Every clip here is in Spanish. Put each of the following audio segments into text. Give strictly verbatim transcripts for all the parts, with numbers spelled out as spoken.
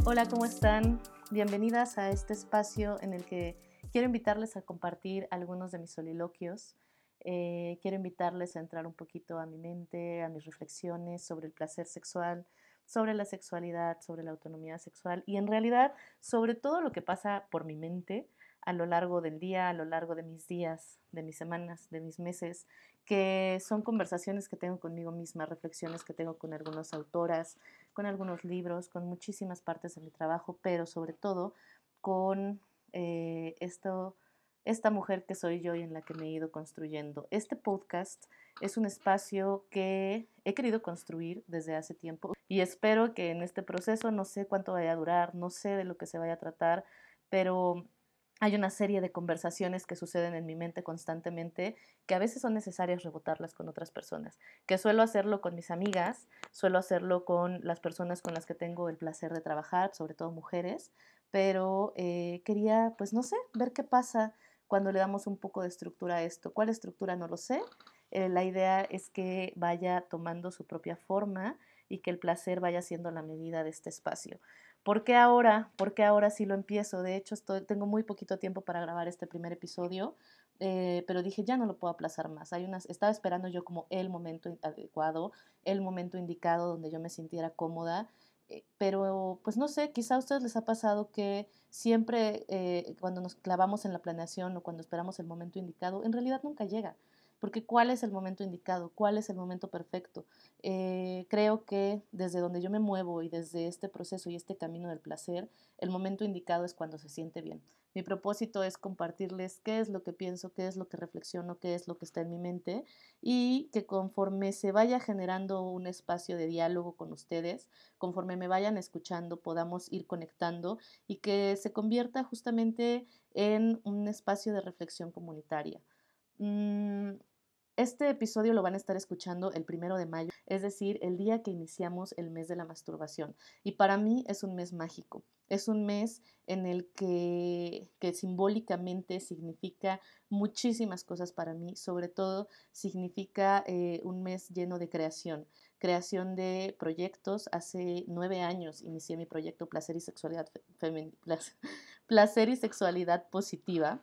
Hola, ¿cómo están? Bienvenidas a este espacio en el que quiero invitarles a compartir algunos de mis soliloquios. Eh, quiero invitarles a entrar un poquito a mi mente, a mis reflexiones sobre el placer sexual, sobre la sexualidad, sobre la autonomía sexual y en realidad sobre todo lo que pasa por mi mente a lo largo del día, a lo largo de mis días, de mis semanas, de mis meses, que son conversaciones que tengo conmigo misma, reflexiones que tengo con algunas autoras, con algunos libros, con muchísimas partes de mi trabajo, pero sobre todo con eh, esto, esta mujer que soy yo y en la que me he ido construyendo. Este podcast es un espacio que he querido construir desde hace tiempo y espero que en este proceso, no sé cuánto vaya a durar, no sé de lo que se vaya a tratar, pero hay una serie de conversaciones que suceden en mi mente constantemente que a veces son necesarias rebotarlas con otras personas, que suelo hacerlo con mis amigas, suelo hacerlo con las personas con las que tengo el placer de trabajar, sobre todo mujeres, pero eh, quería, pues no sé, ver qué pasa cuando le damos un poco de estructura a esto. ¿Cuál estructura? No lo sé. Eh, la idea es que vaya tomando su propia forma y que el placer vaya siendo la medida de este espacio. ¿Por qué ahora? ¿Por qué ahora sí lo empiezo? De hecho, estoy, tengo muy poquito tiempo para grabar este primer episodio, eh, pero dije, ya no lo puedo aplazar más. Hay unas, estaba esperando yo como el momento adecuado, el momento indicado donde yo me sintiera cómoda, eh, pero pues no sé, quizá a ustedes les ha pasado que siempre eh, cuando nos clavamos en la planeación o cuando esperamos el momento indicado, en realidad nunca llega. Porque ¿cuál es el momento indicado? ¿Cuál es el momento perfecto? Eh, creo que desde donde yo me muevo y desde este proceso y este camino del placer, el momento indicado es cuando se siente bien. Mi propósito es compartirles qué es lo que pienso, qué es lo que reflexiono, qué es lo que está en mi mente y que conforme se vaya generando un espacio de diálogo con ustedes, conforme me vayan escuchando, podamos ir conectando y que se convierta justamente en un espacio de reflexión comunitaria. Mm, este episodio lo van a estar escuchando el primero de mayo, es decir, el día que iniciamos el mes de la masturbación. Y para mí es un mes mágico. Es un mes en el que, que simbólicamente significa muchísimas cosas para mí. Sobre todo significa eh, un mes lleno de creación. Creación de proyectos. Hace nueve años inicié mi proyecto Placer y Sexualidad Femenina. Placer y Sexualidad Positiva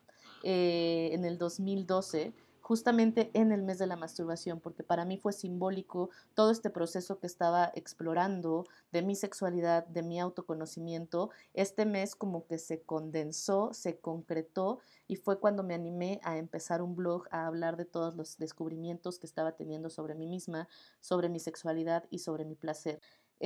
eh, en el dos mil doce, justamente en el mes de la masturbación, porque para mí fue simbólico todo este proceso que estaba explorando de mi sexualidad, de mi autoconocimiento. Este mes como que se condensó, se concretó y fue cuando me animé a empezar un blog, a hablar de todos los descubrimientos que estaba teniendo sobre mí misma, sobre mi sexualidad y sobre mi placer.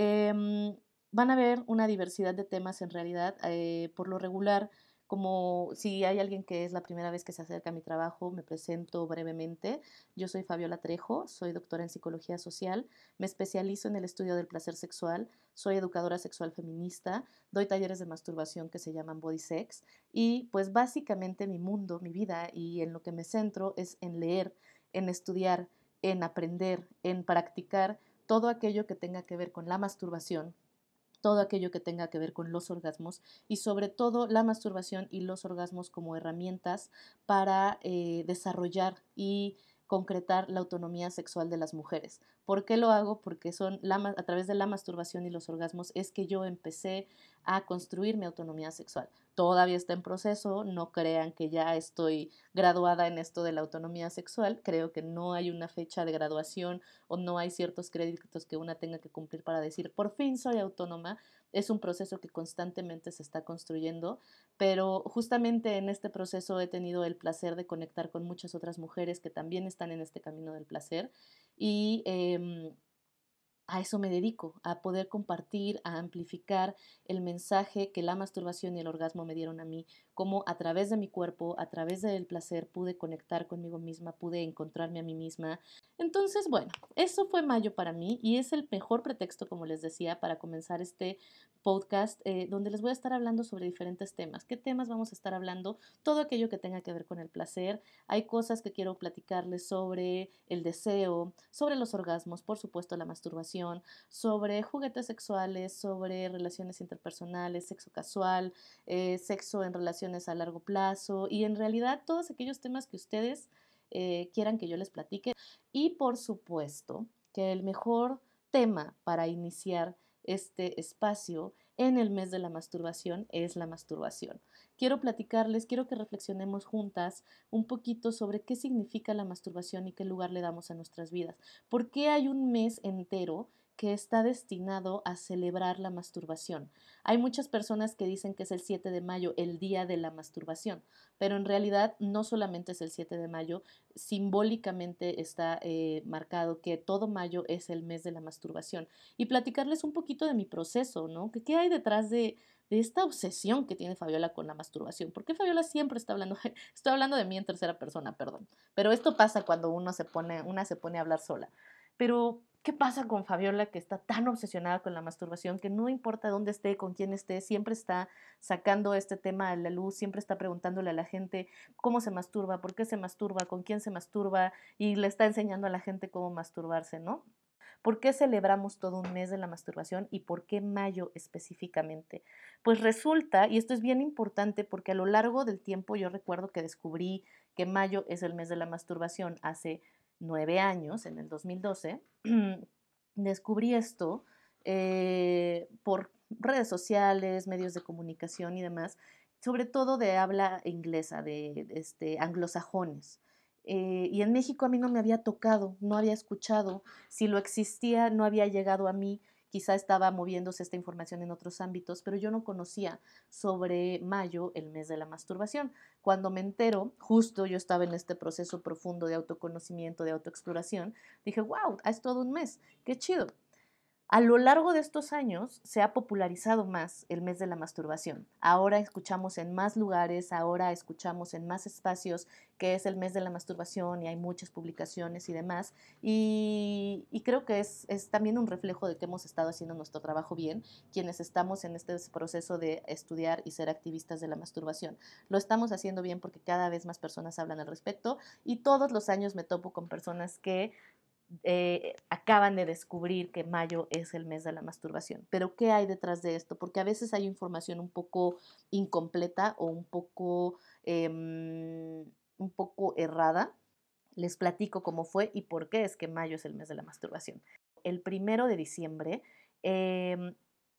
Eh, van a ver una diversidad de temas en realidad, eh, por lo regular. Como si hay alguien que es la primera vez que se acerca a mi trabajo, me presento brevemente. Yo soy Fabiola Trejo, soy doctora en psicología social, me especializo en el estudio del placer sexual, soy educadora sexual feminista, doy talleres de masturbación que se llaman Body Sex y pues básicamente mi mundo, mi vida y en lo que me centro es en leer, en estudiar, en aprender, en practicar todo aquello que tenga que ver con la masturbación, todo aquello que tenga que ver con los orgasmos y sobre todo la masturbación y los orgasmos como herramientas para eh, desarrollar y concretar la autonomía sexual de las mujeres. ¿Por qué lo hago? Porque son la, a través de la masturbación y los orgasmos es que yo empecé a construir mi autonomía sexual. Todavía está en proceso, no crean que ya estoy graduada en esto de la autonomía sexual, creo que no hay una fecha de graduación o no hay ciertos créditos que una tenga que cumplir para decir por fin soy autónoma. Es un proceso que constantemente se está construyendo, pero justamente en este proceso he tenido el placer de conectar con muchas otras mujeres que también están en este camino del placer y eh, a eso me dedico, a poder compartir, a amplificar el mensaje que la masturbación y el orgasmo me dieron a mí, cómo a través de mi cuerpo, a través del placer pude conectar conmigo misma, pude encontrarme a mí misma. Entonces, bueno, eso fue mayo para mí y es el mejor pretexto, como les decía, para comenzar este podcast eh, donde les voy a estar hablando sobre diferentes temas. ¿Qué temas vamos a estar hablando? Todo aquello que tenga que ver con el placer. Hay cosas que quiero platicarles sobre el deseo, sobre los orgasmos, por supuesto la masturbación, sobre juguetes sexuales, sobre relaciones interpersonales, sexo casual, eh, sexo en relaciones a largo plazo y en realidad todos aquellos temas que ustedes eh, quieran que yo les platique. Y por supuesto que el mejor tema para iniciar este espacio en el mes de la masturbación es la masturbación. Quiero platicarles, quiero que reflexionemos juntas un poquito sobre qué significa la masturbación y qué lugar le damos a nuestras vidas. ¿Por qué hay un mes entero que está destinado a celebrar la masturbación? Hay muchas personas que dicen que es el siete de mayo, el día de la masturbación, pero en realidad no solamente es el siete de mayo, simbólicamente está eh, marcado que todo mayo es el mes de la masturbación. Y platicarles un poquito de mi proceso, ¿no? ¿Qué, qué hay detrás de, de esta obsesión que tiene Fabiola con la masturbación? ¿Por qué Fabiola siempre está hablando? Estoy hablando de mí en tercera persona, perdón. Pero esto pasa cuando uno se pone, una se pone a hablar sola. Pero, ¿qué pasa con Fabiola que está tan obsesionada con la masturbación que no importa dónde esté, con quién esté, siempre está sacando este tema a la luz, siempre está preguntándole a la gente cómo se masturba, por qué se masturba, con quién se masturba y le está enseñando a la gente cómo masturbarse, ¿no? ¿Por qué celebramos todo un mes de la masturbación y por qué mayo específicamente? Pues resulta, y esto es bien importante porque a lo largo del tiempo yo recuerdo que descubrí que mayo es el mes de la masturbación hace nueve años, en el dos mil doce, descubrí esto eh, por redes sociales, medios de comunicación y demás, sobre todo de habla inglesa, de, de este, anglosajones. Eh, y en México a mí no me había tocado, no había escuchado, si lo existía no había llegado a mí, quizá estaba moviéndose esta información en otros ámbitos, pero yo no conocía sobre mayo, el mes de la masturbación. Cuando me entero, justo yo estaba en este proceso profundo de autoconocimiento, de autoexploración, dije, wow, es todo un mes, qué chido. A lo largo de estos años se ha popularizado más el mes de la masturbación. Ahora escuchamos en más lugares, ahora escuchamos en más espacios que es el mes de la masturbación y hay muchas publicaciones y demás. Y, y creo que es, es también un reflejo de que hemos estado haciendo nuestro trabajo bien, quienes estamos en este proceso de estudiar y ser activistas de la masturbación. Lo estamos haciendo bien porque cada vez más personas hablan al respecto y todos los años me topo con personas que eh, acaban de descubrir que mayo es el mes de la masturbación. Pero ¿qué hay detrás de esto? Porque a veces hay información un poco incompleta o un poco, eh, un poco errada. Les platico cómo fue y por qué es que mayo es el mes de la masturbación. El primero de diciembre eh,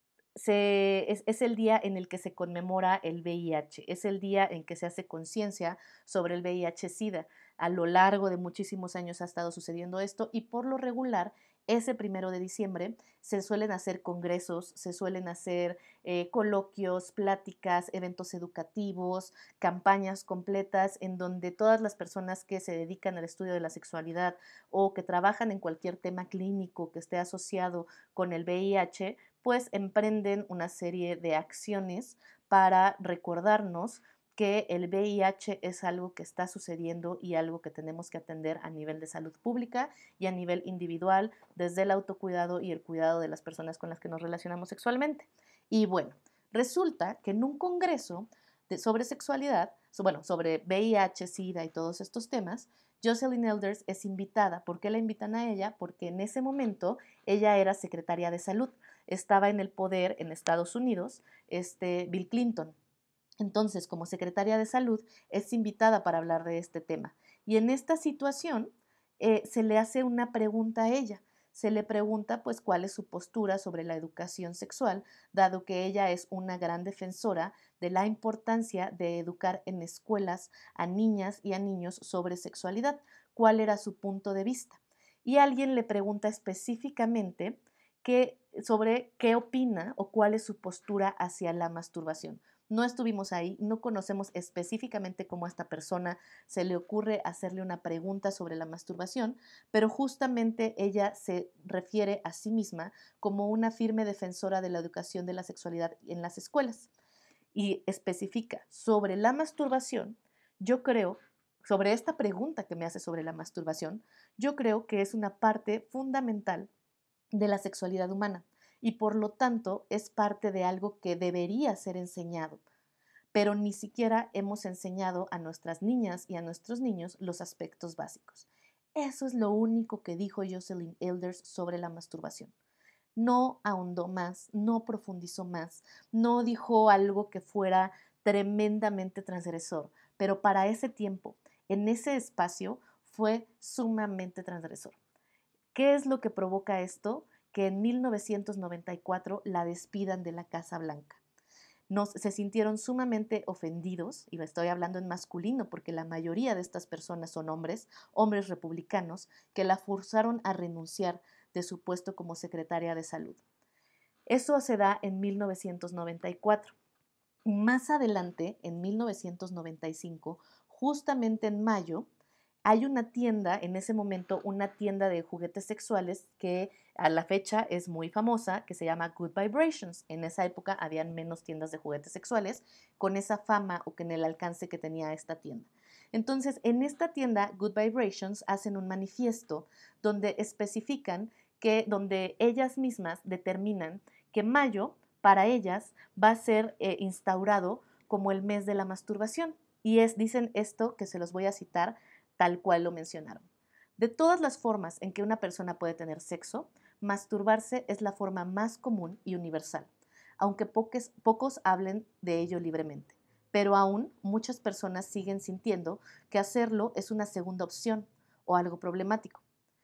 se, es, es, el día en el que se conmemora el V I H, es el día en que se hace conciencia sobre el V I H-Sida. A lo largo de muchísimos años ha estado sucediendo esto y por lo regular ese primero de diciembre se suelen hacer congresos, se suelen hacer eh, coloquios, pláticas, eventos educativos, campañas completas en donde todas las personas que se dedican al estudio de la sexualidad o que trabajan en cualquier tema clínico que esté asociado con el V I H, pues emprenden una serie de acciones para recordarnos que el V I H es algo que está sucediendo y algo que tenemos que atender a nivel de salud pública y a nivel individual, desde el autocuidado y el cuidado de las personas con las que nos relacionamos sexualmente. Y bueno, resulta que en un congreso de, sobre sexualidad, bueno, sobre V I H, SIDA y todos estos temas, Jocelyn Elders es invitada. ¿Por qué la invitan a ella? Porque en ese momento ella era secretaria de salud. Estaba en el poder en Estados Unidos este, Bill Clinton. Entonces, como secretaria de salud, es invitada para hablar de este tema. Y en esta situación eh, se le hace una pregunta a ella. Se le pregunta pues cuál es su postura sobre la educación sexual, dado que ella es una gran defensora de la importancia de educar en escuelas a niñas y a niños sobre sexualidad. ¿Cuál era su punto de vista? Y alguien le pregunta específicamente que, sobre qué opina o cuál es su postura hacia la masturbación. No estuvimos ahí, no conocemos específicamente cómo a esta persona se le ocurre hacerle una pregunta sobre la masturbación, pero justamente ella se refiere a sí misma como una firme defensora de la educación de la sexualidad en las escuelas y especifica sobre la masturbación. Yo creo, sobre esta pregunta que me hace sobre la masturbación, yo creo que es una parte fundamental de la sexualidad humana y por lo tanto es parte de algo que debería ser enseñado, pero ni siquiera hemos enseñado a nuestras niñas y a nuestros niños los aspectos básicos. Eso es lo único que dijo Jocelyn Elders sobre la masturbación. No ahondó más, no profundizó más, no dijo algo que fuera tremendamente transgresor, pero para ese tiempo, en ese espacio, fue sumamente transgresor. ¿Qué es lo que provoca esto? que en mil novecientos noventa y cuatro la despidan de la Casa Blanca. Nos, se sintieron sumamente ofendidos, y estoy hablando en masculino porque la mayoría de estas personas son hombres, hombres republicanos, que la forzaron a renunciar de su puesto como secretaria de salud. Eso se da en mil novecientos noventa y cuatro. Más adelante, en mil novecientos noventa y cinco, justamente en mayo, hay una tienda, en ese momento, una tienda de juguetes sexuales que a la fecha es muy famosa, que se llama Good Vibrations. En esa época habían menos tiendas de juguetes sexuales con esa fama o con el alcance que tenía esta tienda. Entonces, en esta tienda, Good Vibrations, hacen un manifiesto donde especifican que, donde ellas mismas determinan que mayo, para ellas, va a ser eh, instaurado como el mes de la masturbación. Y es, dicen esto, que se los voy a citar, tal cual lo mencionaron. De todas las formas en que una persona puede tener sexo, masturbarse es la forma más común y universal, aunque pocos, pocos hablen de ello libremente. Pero aún muchas personas siguen sintiendo que hacerlo es una segunda opción o algo problemático.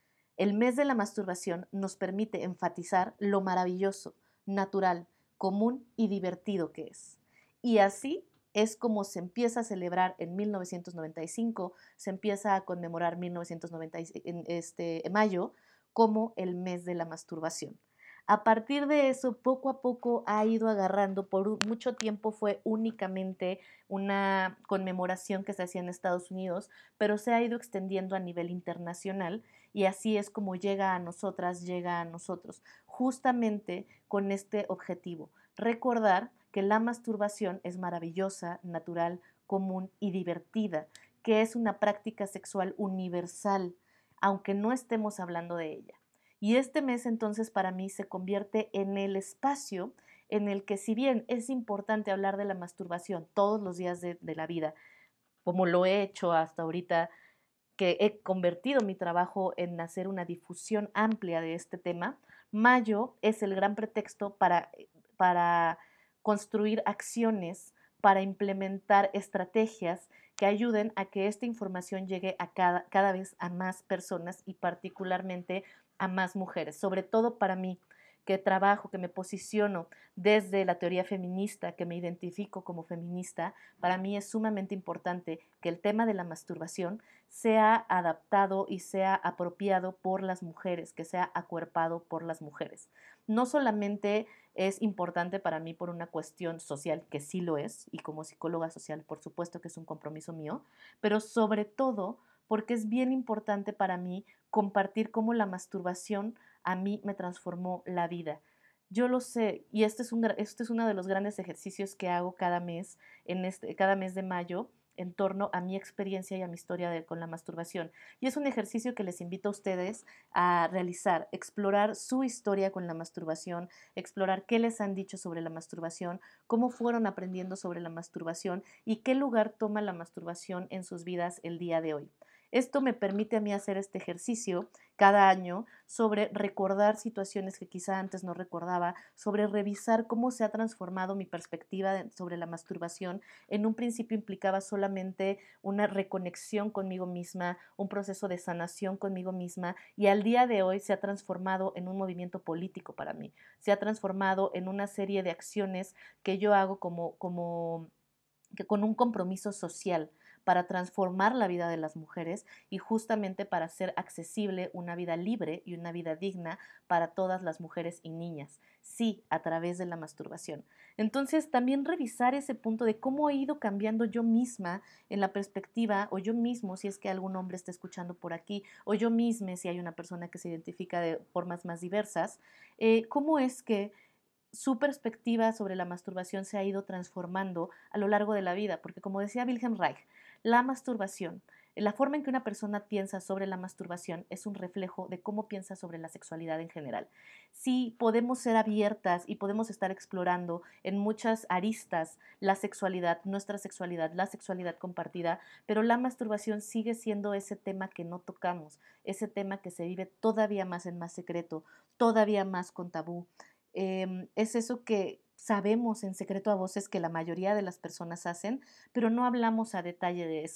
El mes de la masturbación nos permite enfatizar lo maravilloso, natural, común y divertido que es. Y así es como se empieza a celebrar en mil novecientos noventa y cinco, se empieza a conmemorar mil novecientos noventa en este, en mayo como el mes de la masturbación. A partir de eso, poco a poco ha ido agarrando, por mucho tiempo fue únicamente una conmemoración que se hacía en Estados Unidos, pero se ha ido extendiendo a nivel internacional y así es como llega a nosotras, llega a nosotros, justamente con este objetivo, recordar que la masturbación es maravillosa, natural, común y divertida, que es una práctica sexual universal, aunque no estemos hablando de ella. Y este mes entonces para mí se convierte en el espacio en el que, si bien es importante hablar de la masturbación todos los días de, de la vida, como lo he hecho hasta ahorita, que he convertido mi trabajo en hacer una difusión amplia de este tema, mayo es el gran pretexto para, para construir acciones, para implementar estrategias que ayuden a que esta información llegue a cada, cada vez a más personas y particularmente a más mujeres, sobre todo para mí, que trabajo, que me posiciono desde la teoría feminista, que me identifico como feminista. Para mí es sumamente importante que el tema de la masturbación sea adaptado y sea apropiado por las mujeres, que sea acuerpado por las mujeres. No solamente es importante para mí por una cuestión social, que sí lo es, y como psicóloga social, por supuesto que es un compromiso mío, pero sobre todo porque es bien importante para mí compartir cómo la masturbación a mí me transformó la vida. Yo lo sé, y este es, un, este es uno de los grandes ejercicios que hago cada mes, en este, cada mes de mayo, en torno a mi experiencia y a mi historia de, con la masturbación. Y es un ejercicio que les invito a ustedes a realizar, explorar su historia con la masturbación, explorar qué les han dicho sobre la masturbación, cómo fueron aprendiendo sobre la masturbación y qué lugar toma la masturbación en sus vidas el día de hoy. Esto me permite a mí hacer este ejercicio cada año sobre recordar situaciones que quizá antes no recordaba, sobre revisar cómo se ha transformado mi perspectiva sobre la masturbación. En un principio implicaba solamente una reconexión conmigo misma, un proceso de sanación conmigo misma, y al día de hoy se ha transformado en un movimiento político para mí. Se ha transformado en una serie de acciones que yo hago como, como que con un compromiso social para transformar la vida de las mujeres y justamente para hacer accesible una vida libre y una vida digna para todas las mujeres y niñas, sí, a través de la masturbación. Entonces, también revisar ese punto de cómo he ido cambiando yo misma en la perspectiva, o yo mismo, si es que algún hombre está escuchando por aquí, o yo misma, si hay una persona que se identifica de formas más diversas, eh, cómo es que su perspectiva sobre la masturbación se ha ido transformando a lo largo de la vida, porque como decía Wilhelm Reich, la masturbación, la forma en que una persona piensa sobre la masturbación es un reflejo de cómo piensa sobre la sexualidad en general. Sí, podemos ser abiertas y podemos estar explorando en muchas aristas la sexualidad, nuestra sexualidad, la sexualidad compartida, pero la masturbación sigue siendo ese tema que no tocamos, ese tema que se vive todavía más en más secreto, todavía más con tabú. Eh, es eso que sabemos en secreto a voces que la mayoría de las personas hacen, pero no hablamos a detalle de eso.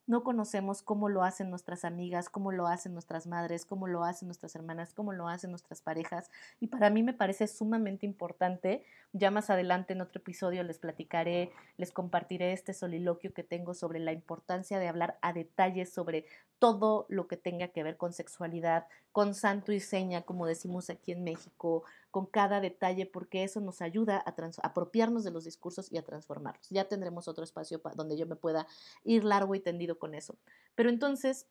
No conocemos cómo lo hacen nuestras amigas, cómo lo hacen nuestras madres, cómo lo hacen nuestras hermanas, cómo lo hacen nuestras parejas. Y para mí me parece sumamente importante. Ya más adelante en otro episodio les platicaré, les compartiré este soliloquio que tengo sobre la importancia de hablar a detalle sobre todo lo que tenga que ver con sexualidad, con santo y seña, como decimos aquí en México, con cada detalle, porque eso nos ayuda a, trans- a apropiarnos de los discursos y a transformarlos. Ya tendremos otro espacio donde yo me pueda ir largo y tendido con eso. Pero entonces,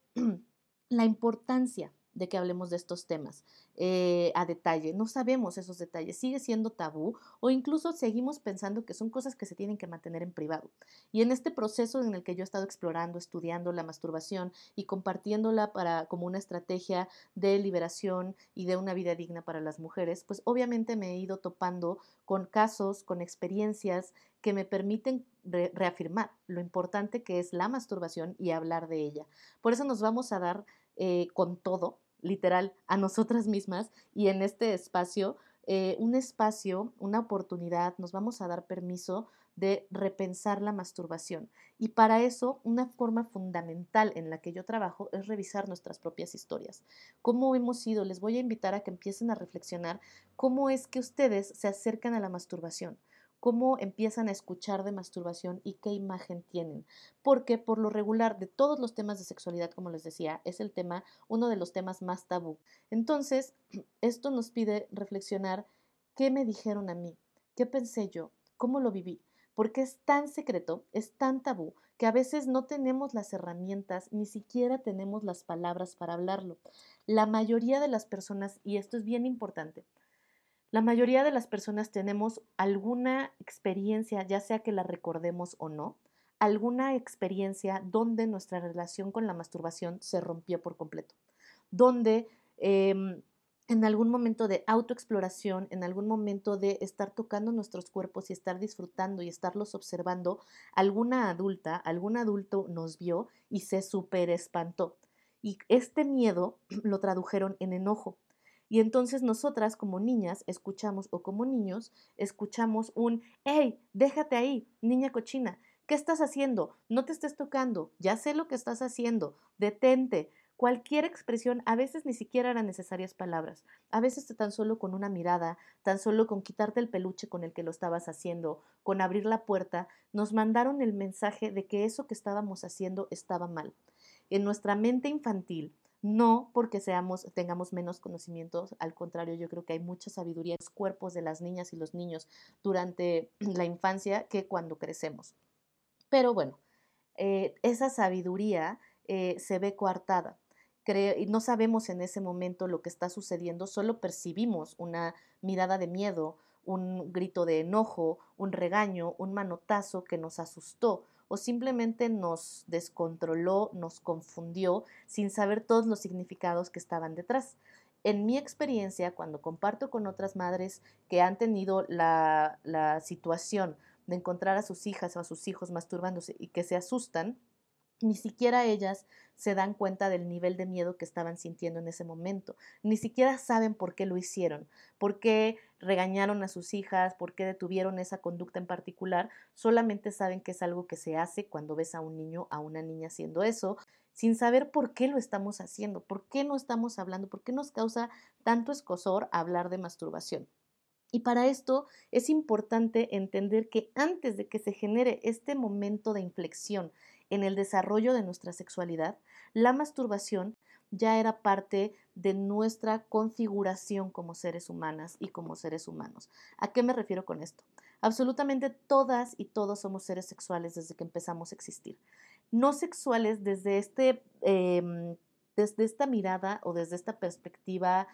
la importancia de que hablemos de estos temas eh, a detalle. No sabemos esos detalles, sigue siendo tabú o incluso seguimos pensando que son cosas que se tienen que mantener en privado. Y en este proceso en el que yo he estado explorando, estudiando la masturbación y compartiéndola para, como una estrategia de liberación y de una vida digna para las mujeres, pues obviamente me he ido topando con casos, con experiencias que me permiten re reafirmar lo importante que es la masturbación y hablar de ella. Por eso nos vamos a dar eh, con todo, literal, a nosotras mismas y en este espacio, eh, un espacio, una oportunidad, nos vamos a dar permiso de repensar la masturbación. Y para eso, una forma fundamental en la que yo trabajo es revisar nuestras propias historias. ¿Cómo hemos sido? Les voy a invitar a que empiecen a reflexionar cómo es que ustedes se acercan a la masturbación, cómo empiezan a escuchar de masturbación y qué imagen tienen. Porque por lo regular de todos los temas de sexualidad, como les decía, es el tema, uno de los temas más tabú. Entonces, esto nos pide reflexionar qué me dijeron a mí, qué pensé yo, cómo lo viví. Porque es tan secreto, es tan tabú, que a veces no tenemos las herramientas, ni siquiera tenemos las palabras para hablarlo. La mayoría de las personas, y esto es bien importante, la mayoría de las personas tenemos alguna experiencia, ya sea que la recordemos o no, alguna experiencia donde nuestra relación con la masturbación se rompió por completo, donde eh, en algún momento de autoexploración, en algún momento de estar tocando nuestros cuerpos y estar disfrutando y estarlos observando, alguna adulta, algún adulto nos vio y se súper espantó. Y este miedo lo tradujeron en enojo. Y entonces nosotras como niñas escuchamos, o como niños, escuchamos un, hey, déjate ahí, niña cochina, ¿qué estás haciendo? No te estés tocando, ya sé lo que estás haciendo, detente. Cualquier expresión, a veces ni siquiera eran necesarias palabras, a veces tan solo con una mirada, tan solo con quitarte el peluche con el que lo estabas haciendo, con abrir la puerta, nos mandaron el mensaje de que eso que estábamos haciendo estaba mal. En nuestra mente infantil, no porque seamos, tengamos menos conocimientos, al contrario, yo creo que hay mucha sabiduría en los cuerpos de las niñas y los niños durante la infancia que cuando crecemos. Pero bueno, eh, esa sabiduría eh, se ve coartada. Creo, y no sabemos en ese momento lo que está sucediendo, solo percibimos una mirada de miedo, un grito de enojo, un regaño, un manotazo que nos asustó o simplemente nos descontroló, nos confundió sin saber todos los significados que estaban detrás. En mi experiencia, cuando comparto con otras madres que han tenido la, la situación de encontrar a sus hijas o a sus hijos masturbándose y que se asustan, ni siquiera ellas se dan cuenta del nivel de miedo que estaban sintiendo en ese momento. Ni siquiera saben por qué lo hicieron, por qué regañaron a sus hijas, por qué detuvieron esa conducta en particular. Solamente saben que es algo que se hace cuando ves a un niño, a una niña haciendo eso, sin saber por qué lo estamos haciendo, por qué no estamos hablando, por qué nos causa tanto escozor hablar de masturbación. Y para esto es importante entender que antes de que se genere este momento de inflexión en el desarrollo de nuestra sexualidad, la masturbación ya era parte de nuestra configuración como seres humanas y como seres humanos. ¿A qué me refiero con esto? Absolutamente todas y todos somos seres sexuales desde que empezamos a existir. No sexuales desde, este, eh, desde esta mirada o desde esta perspectiva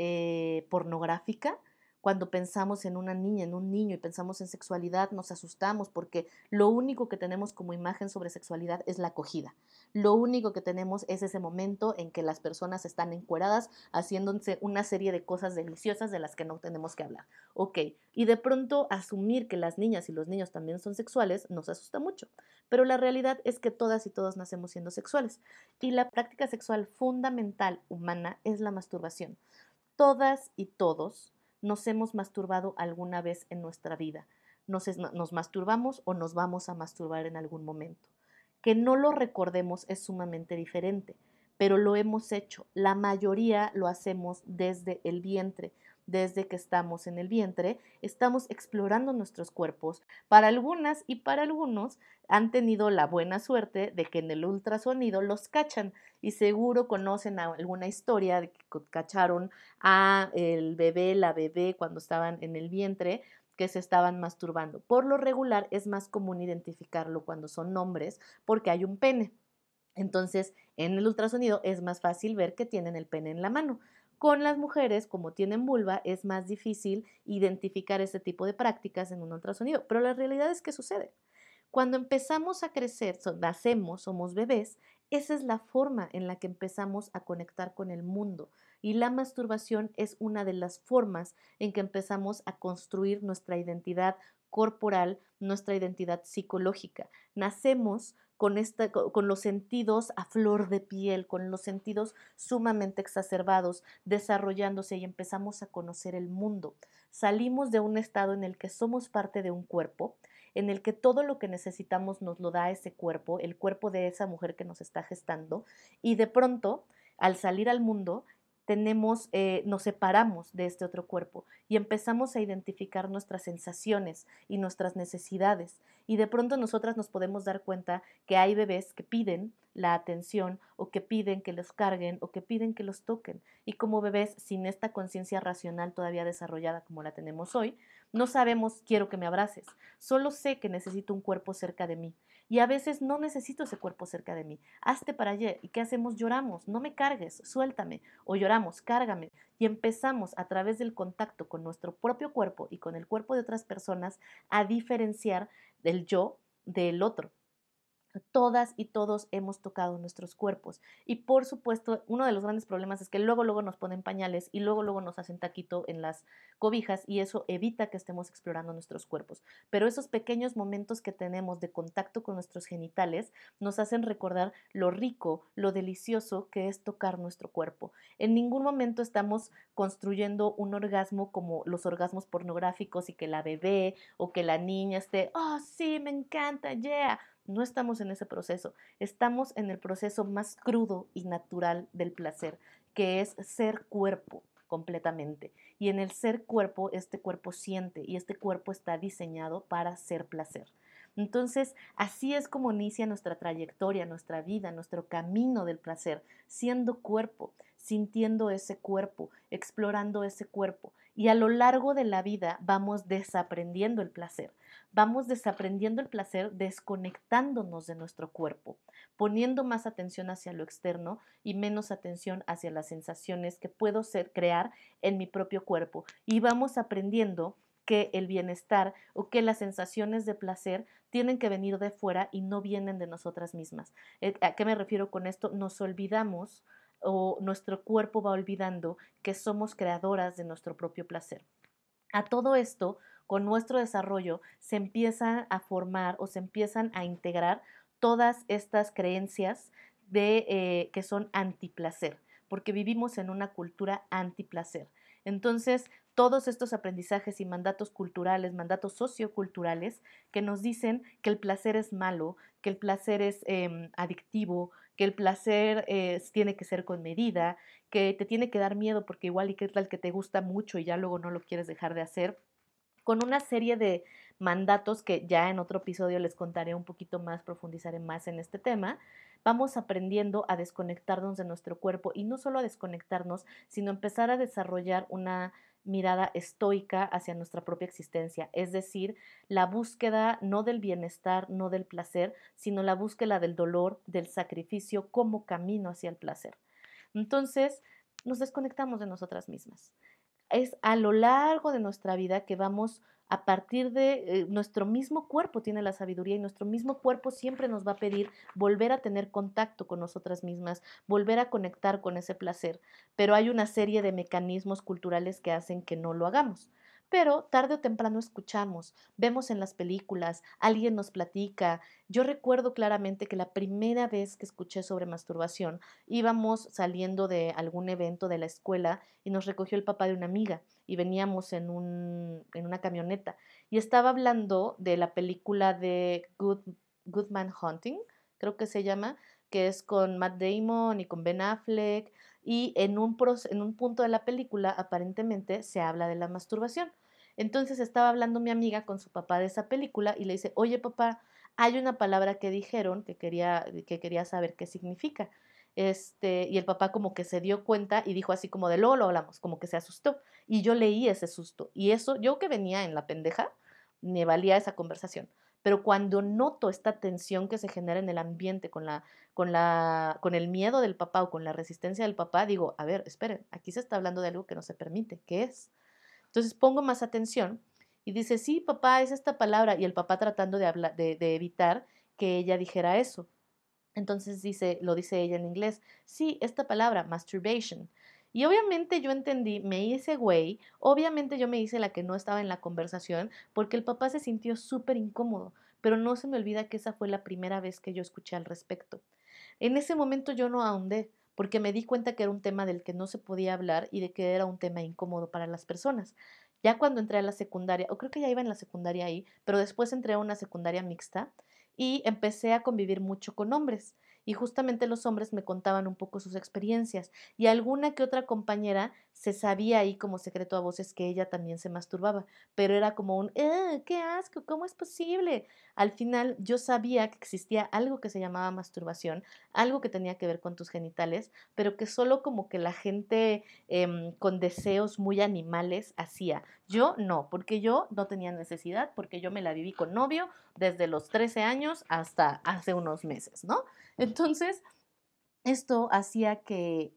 eh, pornográfica. Cuando pensamos en una niña, en un niño y pensamos en sexualidad, nos asustamos porque lo único que tenemos como imagen sobre sexualidad es la acogida. Lo único que tenemos es ese momento en que las personas están encueradas haciéndose una serie de cosas deliciosas de las que no tenemos que hablar. Ok, y de pronto asumir que las niñas y los niños también son sexuales nos asusta mucho, pero la realidad es que todas y todos nacemos siendo sexuales y la práctica sexual fundamental humana es la masturbación. Todas y todos nos hemos masturbado alguna vez en nuestra vida. Nos, es, nos masturbamos o nos vamos a masturbar en algún momento. Que no lo recordemos es sumamente diferente, pero lo hemos hecho. La mayoría lo hacemos desde el vientre. Desde que estamos en el vientre, estamos explorando nuestros cuerpos. Para algunas y para algunos han tenido la buena suerte de que en el ultrasonido los cachan y seguro conocen alguna historia de que cacharon a el bebé, la bebé cuando estaban en el vientre que se estaban masturbando. Por lo regular es más común identificarlo cuando son hombres porque hay un pene. Entonces, en el ultrasonido es más fácil ver que tienen el pene en la mano. Con las mujeres, como tienen vulva, es más difícil identificar este tipo de prácticas en un ultrasonido. Pero la realidad es que sucede. Cuando empezamos a crecer, so, nacemos, somos bebés, esa es la forma en la que empezamos a conectar con el mundo. Y la masturbación es una de las formas en que empezamos a construir nuestra identidad corporal, nuestra identidad psicológica. Nacemos con, esta, con los sentidos a flor de piel, con los sentidos sumamente exacerbados, desarrollándose y empezamos a conocer el mundo. Salimos de un estado en el que somos parte de un cuerpo, en el que todo lo que necesitamos nos lo da ese cuerpo, el cuerpo de esa mujer que nos está gestando, y de pronto, al salir al mundo, tenemos, eh, nos separamos de este otro cuerpo y empezamos a identificar nuestras sensaciones y nuestras necesidades. Y de pronto nosotras nos podemos dar cuenta que hay bebés que piden la atención o que piden que los carguen o que piden que los toquen. Y como bebés sin esta conciencia racional todavía desarrollada como la tenemos hoy, no sabemos quiero que me abraces, solo sé que necesito un cuerpo cerca de mí. Y a veces no necesito ese cuerpo cerca de mí. Hazte para allá. ¿Y qué hacemos? Lloramos. No me cargues, suéltame. O lloramos, cárgame. Y empezamos a través del contacto con nuestro propio cuerpo y con el cuerpo de otras personas a diferenciar del yo del otro. Todas y todos hemos tocado nuestros cuerpos y por supuesto uno de los grandes problemas es que luego luego nos ponen pañales y luego luego nos hacen taquito en las cobijas y eso evita que estemos explorando nuestros cuerpos, pero esos pequeños momentos que tenemos de contacto con nuestros genitales nos hacen recordar lo rico, lo delicioso que es tocar nuestro cuerpo. En ningún momento estamos construyendo un orgasmo como los orgasmos pornográficos y que la bebé o que la niña esté, oh sí, me encanta, yeah. No estamos en ese proceso, estamos en el proceso más crudo y natural del placer, que es ser cuerpo completamente. Y en el ser cuerpo, este cuerpo siente y este cuerpo está diseñado para ser placer. Entonces, así es como inicia nuestra trayectoria, nuestra vida, nuestro camino del placer, siendo cuerpo, sintiendo ese cuerpo, explorando ese cuerpo. Y a lo largo de la vida vamos desaprendiendo el placer. Vamos desaprendiendo el placer desconectándonos de nuestro cuerpo, poniendo más atención hacia lo externo y menos atención hacia las sensaciones que puedo ser, crear en mi propio cuerpo. Y vamos aprendiendo que el bienestar o que las sensaciones de placer tienen que venir de fuera y no vienen de nosotras mismas. ¿A qué me refiero con esto? Nos olvidamos o nuestro cuerpo va olvidando que somos creadoras de nuestro propio placer. A todo esto, con nuestro desarrollo, se empiezan a formar o se empiezan a integrar todas estas creencias de, eh, que son antiplacer, porque vivimos en una cultura antiplacer. Entonces, todos estos aprendizajes y mandatos culturales, mandatos socioculturales, que nos dicen que el placer es malo, que el placer es eh, adictivo, que el placer eh, tiene que ser con medida, que te tiene que dar miedo porque igual y qué tal que te gusta mucho y ya luego no lo quieres dejar de hacer, con una serie de mandatos que ya en otro episodio les contaré un poquito más, profundizaré más en este tema, vamos aprendiendo a desconectarnos de nuestro cuerpo y no solo a desconectarnos, sino empezar a desarrollar una mirada estoica hacia nuestra propia existencia, es decir, la búsqueda no del bienestar, no del placer, sino la búsqueda del dolor, del sacrificio como camino hacia el placer. Entonces, nos desconectamos de nosotras mismas. Es a lo largo de nuestra vida que vamos a partir de eh, nuestro mismo cuerpo tiene la sabiduría y nuestro mismo cuerpo siempre nos va a pedir volver a tener contacto con nosotras mismas, volver a conectar con ese placer, pero hay una serie de mecanismos culturales que hacen que no lo hagamos. Pero tarde o temprano escuchamos, vemos en las películas, alguien nos platica. Yo recuerdo claramente que la primera vez que escuché sobre masturbación, íbamos saliendo de algún evento de la escuela y nos recogió el papá de una amiga y veníamos en, un, en una camioneta y estaba hablando de la película de Good, Good Man Hunting, creo que se llama, que es con Matt Damon y con Ben Affleck, y en un, en un punto de la película aparentemente se habla de la masturbación. Entonces estaba hablando mi amiga con su papá de esa película y le dice, oye papá, hay una palabra que dijeron que quería, que quería saber qué significa. Este, y el papá como que se dio cuenta y dijo así como de luego lo hablamos, como que se asustó. Y yo leí ese susto. Y eso, yo que venía en la pendeja, me valía esa conversación. Pero cuando noto esta tensión que se genera en el ambiente con, la, con, la, con el miedo del papá o con la resistencia del papá, digo, a ver, esperen, aquí se está hablando de algo que no se permite, ¿qué es? Entonces pongo más atención y dice, sí, papá, es esta palabra. Y el papá tratando de, hablar, de, de evitar que ella dijera eso. Entonces dice, lo dice ella en inglés, sí, esta palabra, masturbation. Y obviamente yo entendí, me hice güey, obviamente yo me hice la que no estaba en la conversación porque el papá se sintió súper incómodo, pero no se me olvida que esa fue la primera vez que yo escuché al respecto. En ese momento yo no ahondé porque me di cuenta que era un tema del que no se podía hablar y de que era un tema incómodo para las personas. Ya cuando entré a la secundaria, o creo que ya iba en la secundaria ahí, pero después entré a una secundaria mixta y empecé a convivir mucho con hombres. Y justamente los hombres me contaban un poco sus experiencias y alguna que otra compañera se sabía ahí como secreto a voces que ella también se masturbaba, pero era como un, eh, qué asco, ¿cómo es posible? Al final yo sabía que existía algo que se llamaba masturbación, algo que tenía que ver con tus genitales, pero que solo como que la gente eh, con deseos muy animales hacía. Yo no, porque yo no tenía necesidad, porque yo me la viví con novio desde los trece años hasta hace unos meses, ¿no? Entonces, esto hacía que,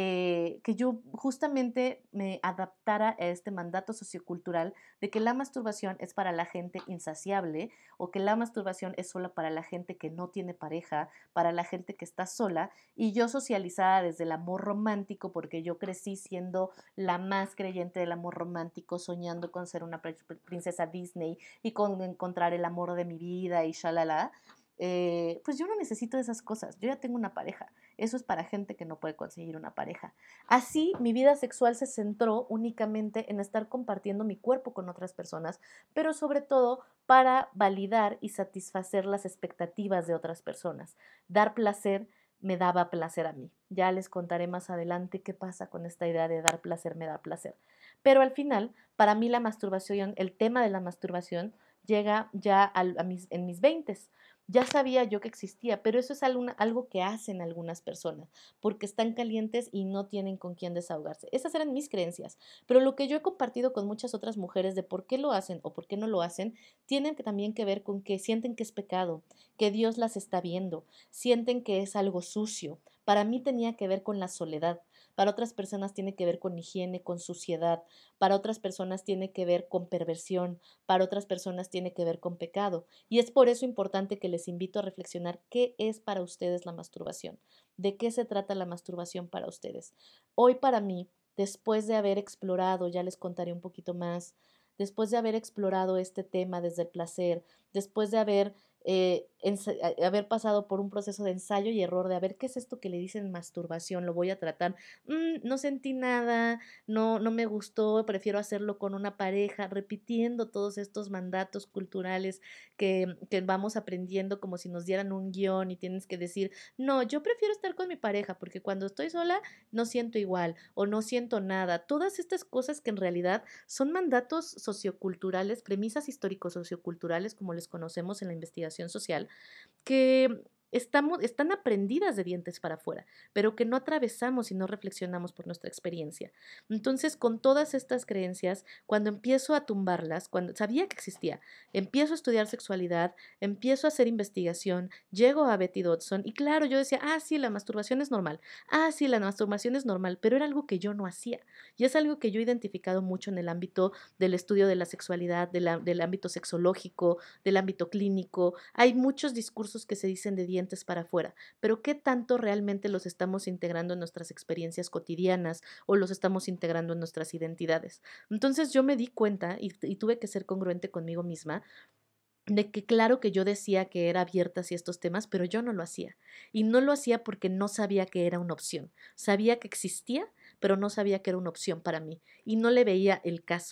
eh, que yo justamente me adaptara a este mandato sociocultural de que la masturbación es para la gente insaciable o que la masturbación es solo para la gente que no tiene pareja, para la gente que está sola, y yo socializada desde el amor romántico porque yo crecí siendo la más creyente del amor romántico, soñando con ser una princesa Disney y con encontrar el amor de mi vida y shalala. Eh, pues yo no necesito esas cosas, yo ya tengo una pareja. Eso es para gente que no puede conseguir una pareja. Así, mi vida sexual se centró únicamente en estar compartiendo mi cuerpo con otras personas, pero sobre todo para validar y satisfacer las expectativas de otras personas. Dar placer me daba placer a mí. Ya les contaré más adelante qué pasa con esta idea de dar placer me da placer. Pero al final, para mí la masturbación, el tema de la masturbación llega ya a, a mis, en mis veintes. Ya sabía yo que existía, pero eso es algo, algo que hacen algunas personas, porque están calientes y no tienen con quién desahogarse. Esas eran mis creencias, pero lo que yo he compartido con muchas otras mujeres de por qué lo hacen o por qué no lo hacen, tienen que también que ver con que sienten que es pecado, que Dios las está viendo, sienten que es algo sucio. Para mí tenía que ver con la soledad, para otras personas tiene que ver con higiene, con suciedad, para otras personas tiene que ver con perversión, para otras personas tiene que ver con pecado. Y es por eso importante que les invito a reflexionar qué es para ustedes la masturbación, de qué se trata la masturbación para ustedes. Hoy para mí, después de haber explorado, ya les contaré un poquito más, después de haber explorado este tema desde el placer, después de haber, eh, haber pasado por un proceso de ensayo y error, de a ver qué es esto que le dicen masturbación, lo voy a tratar, mm, no sentí nada, no, no me gustó, prefiero hacerlo con una pareja, repitiendo todos estos mandatos culturales que, que vamos aprendiendo como si nos dieran un guión y tienes que decir, no, yo prefiero estar con mi pareja porque cuando estoy sola no siento igual o no siento nada. Todas estas cosas que en realidad son mandatos socioculturales, premisas histórico-socioculturales como les conocemos en la investigación social, que estamos, están aprendidas de dientes para afuera, pero que no atravesamos y no reflexionamos por nuestra experiencia. Entonces, con todas estas creencias, cuando empiezo a tumbarlas, cuando sabía que existía, empiezo a estudiar sexualidad, empiezo a hacer investigación, llego a Betty Dodson y claro, yo decía, ah, sí, la masturbación es normal, ah, sí, la masturbación es normal, pero era algo que yo no hacía y es algo que yo he identificado mucho en el ámbito del estudio de la sexualidad, de la, del ámbito sexológico, del ámbito clínico. Hay muchos discursos que se dicen de dientes para afuera, pero ¿qué tanto realmente los estamos integrando en nuestras experiencias cotidianas o los estamos integrando en nuestras identidades? Entonces yo me di cuenta y, y tuve que ser congruente conmigo misma de que claro que yo decía que era abierta hacia estos temas, pero yo no lo hacía. Y no lo hacía porque no sabía que era una opción. Sabía que existía, pero no sabía que era una opción para mí y no le veía el caso.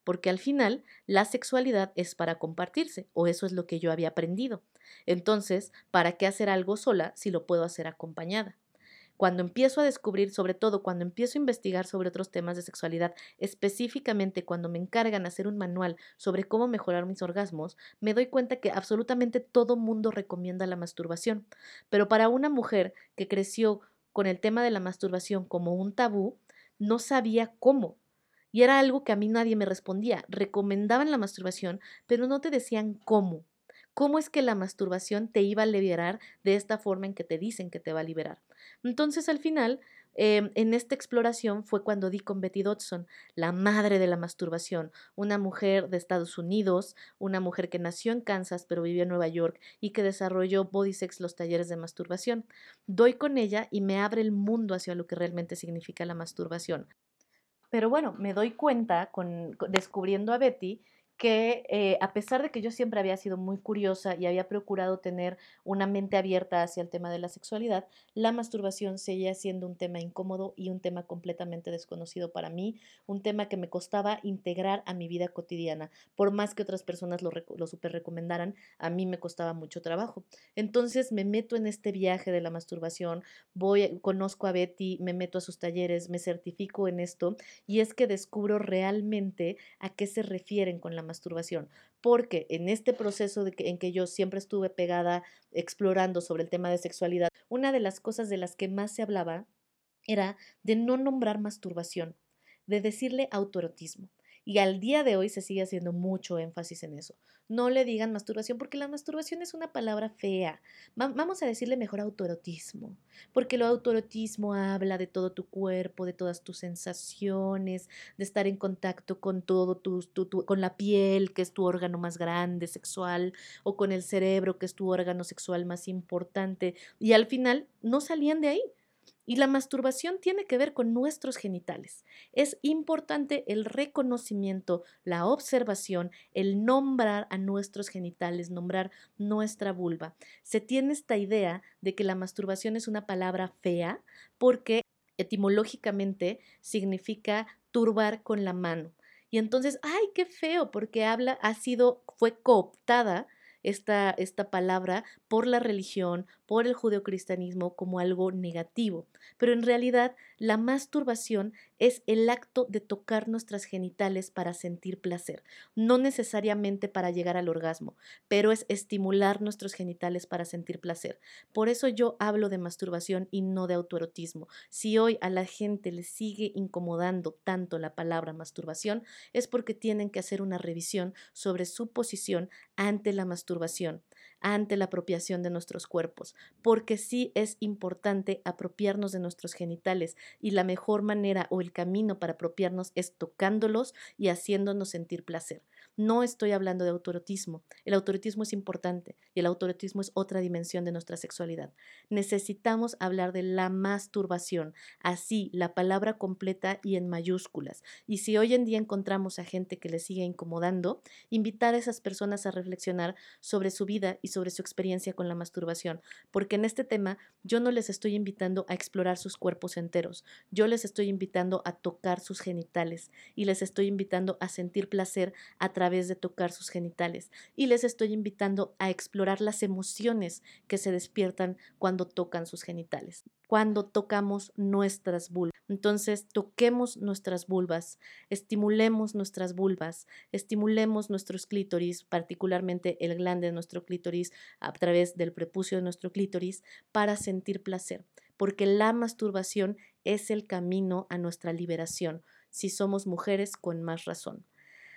porque al final la sexualidad es para compartirse, o eso es lo que yo había aprendido. Entonces, ¿para qué hacer algo sola si lo puedo hacer acompañada? Cuando empiezo a descubrir, sobre todo cuando empiezo a investigar sobre otros temas de sexualidad, específicamente cuando me encargan hacer un manual sobre cómo mejorar mis orgasmos, me doy cuenta que absolutamente todo mundo recomienda la masturbación. Pero para una mujer que creció con el tema de la masturbación como un tabú, no sabía cómo. Y era algo que a mí nadie me respondía. Recomendaban la masturbación, pero no te decían cómo. ¿Cómo es que la masturbación te iba a liberar de esta forma en que te dicen que te va a liberar? Entonces, al final, eh, en esta exploración fue cuando di con Betty Dodson, la madre de la masturbación, una mujer de Estados Unidos, una mujer que nació en Kansas pero vivió en Nueva York y que desarrolló Body Sex, los talleres de masturbación. Doy con ella y me abre el mundo hacia lo que realmente significa la masturbación. Pero bueno, me doy cuenta con, con- descubriendo a Betty que eh, a pesar de que yo siempre había sido muy curiosa y había procurado tener una mente abierta hacia el tema de la sexualidad, la masturbación seguía siendo un tema incómodo y un tema completamente desconocido para mí, un tema que me costaba integrar a mi vida cotidiana. Por más que otras personas lo, reco- lo super recomendaran, a mí me costaba mucho trabajo. Entonces me meto en este viaje de la masturbación, voy, conozco a Betty, me meto a sus talleres, me certifico en esto y es que descubro realmente a qué se refieren con la masturbación, porque en este proceso de que, en que yo siempre estuve pegada explorando sobre el tema de sexualidad, una de las cosas de las que más se hablaba era de no nombrar masturbación, de decirle autoerotismo. Y al día de hoy se sigue haciendo mucho énfasis en eso. No le digan masturbación porque la masturbación es una palabra fea. Va- vamos a decirle mejor autoerotismo, porque el autoerotismo habla de todo tu cuerpo, de todas tus sensaciones, de estar en contacto con todo tu, tu, tu- con la piel, que es tu órgano más grande sexual, o con el cerebro, que es tu órgano sexual más importante. Y al final no salían de ahí. Y la masturbación tiene que ver con nuestros genitales. Es importante el reconocimiento, la observación, el nombrar a nuestros genitales, nombrar nuestra vulva. Se tiene esta idea de que la masturbación es una palabra fea porque etimológicamente significa turbar con la mano. Y entonces, ay, qué feo, porque habla, ha sido, fue cooptada esta, esta palabra por la religión, por el judeocristianismo como algo negativo. Pero en realidad la masturbación es el acto de tocar nuestras genitales para sentir placer, no necesariamente para llegar al orgasmo, pero es estimular nuestros genitales para sentir placer. Por eso yo hablo de masturbación y no de autoerotismo. Si hoy a la gente le sigue incomodando tanto la palabra masturbación, es porque tienen que hacer una revisión sobre su posición ante la masturbación, ante la apropiación de nuestros cuerpos, porque sí es importante apropiarnos de nuestros genitales y la mejor manera o el camino para apropiarnos es tocándolos y haciéndonos sentir placer. No estoy hablando de autoerotismo. El autoerotismo es importante y el autoerotismo es otra dimensión de nuestra sexualidad. Necesitamos hablar de la masturbación, así la palabra completa y en mayúsculas. Y si hoy en día encontramos a gente que le sigue incomodando, invitar a esas personas a reflexionar sobre su vida y sobre su experiencia con la masturbación, porque en este tema yo no les estoy invitando a explorar sus cuerpos enteros, yo les estoy invitando a tocar sus genitales y les estoy invitando a sentir placer a través de tocar sus genitales y les estoy invitando a explorar las emociones que se despiertan cuando tocan sus genitales, cuando tocamos nuestras vulvas. Entonces, toquemos nuestras vulvas, estimulemos nuestras vulvas, estimulemos nuestros clítoris, particularmente el glande de nuestro clítoris a través del prepucio de nuestro clítoris para sentir placer, porque la masturbación es el camino a nuestra liberación. Si somos mujeres, con más razón.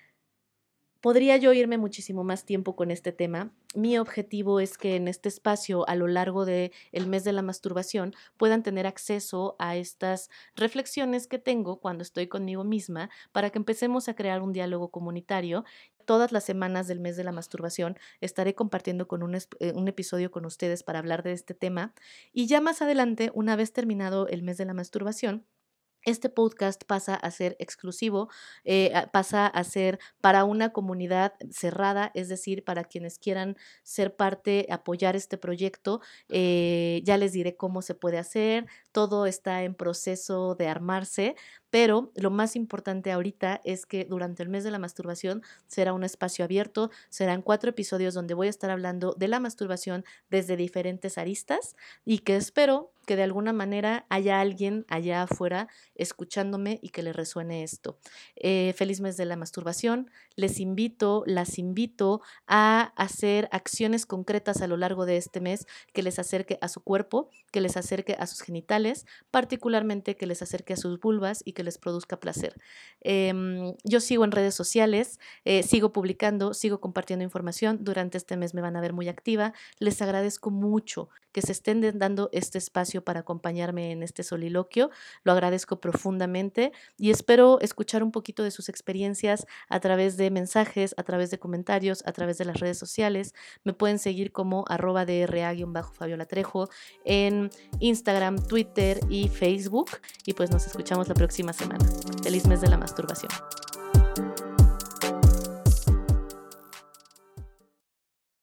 Podría yo irme muchísimo más tiempo con este tema. Mi objetivo es que en este espacio, a lo largo del mes de la masturbación, puedan tener acceso a estas reflexiones que tengo cuando estoy conmigo misma para que empecemos a crear un diálogo comunitario. Todas las semanas del mes de la masturbación estaré compartiendo con un, eh, un episodio con ustedes para hablar de este tema. Y ya más adelante, una vez terminado el mes de la masturbación, este podcast pasa a ser exclusivo, eh, pasa a ser para una comunidad cerrada, es decir, para quienes quieran ser parte, apoyar este proyecto. Eh, ya les diré cómo se puede hacer. todo está en proceso de armarse, pero lo más importante ahorita es que durante el mes de la masturbación será un espacio abierto, serán cuatro episodios donde voy a estar hablando de la masturbación desde diferentes aristas y que espero que de alguna manera haya alguien allá afuera escuchándome y que le resuene esto. Eh, feliz mes de la masturbación. Les invito, las invito a hacer acciones concretas a lo largo de este mes que les acerque a su cuerpo, que les acerque a sus genitales, particularmente que les acerque a sus vulvas y que les produzca placer. Eh, yo sigo en redes sociales, eh, sigo publicando, sigo compartiendo información. Durante este mes me van a ver muy activa. Les agradezco mucho que se estén dando este espacio para acompañarme en este soliloquio. Lo agradezco profundamente y espero escuchar un poquito de sus experiencias a través de mensajes, a través de comentarios, a través de las redes sociales. Me pueden seguir como arroba dra-Fabiola Trejo en Instagram, Twitter y Facebook. Y pues nos escuchamos la próxima semana. Feliz mes de la masturbación.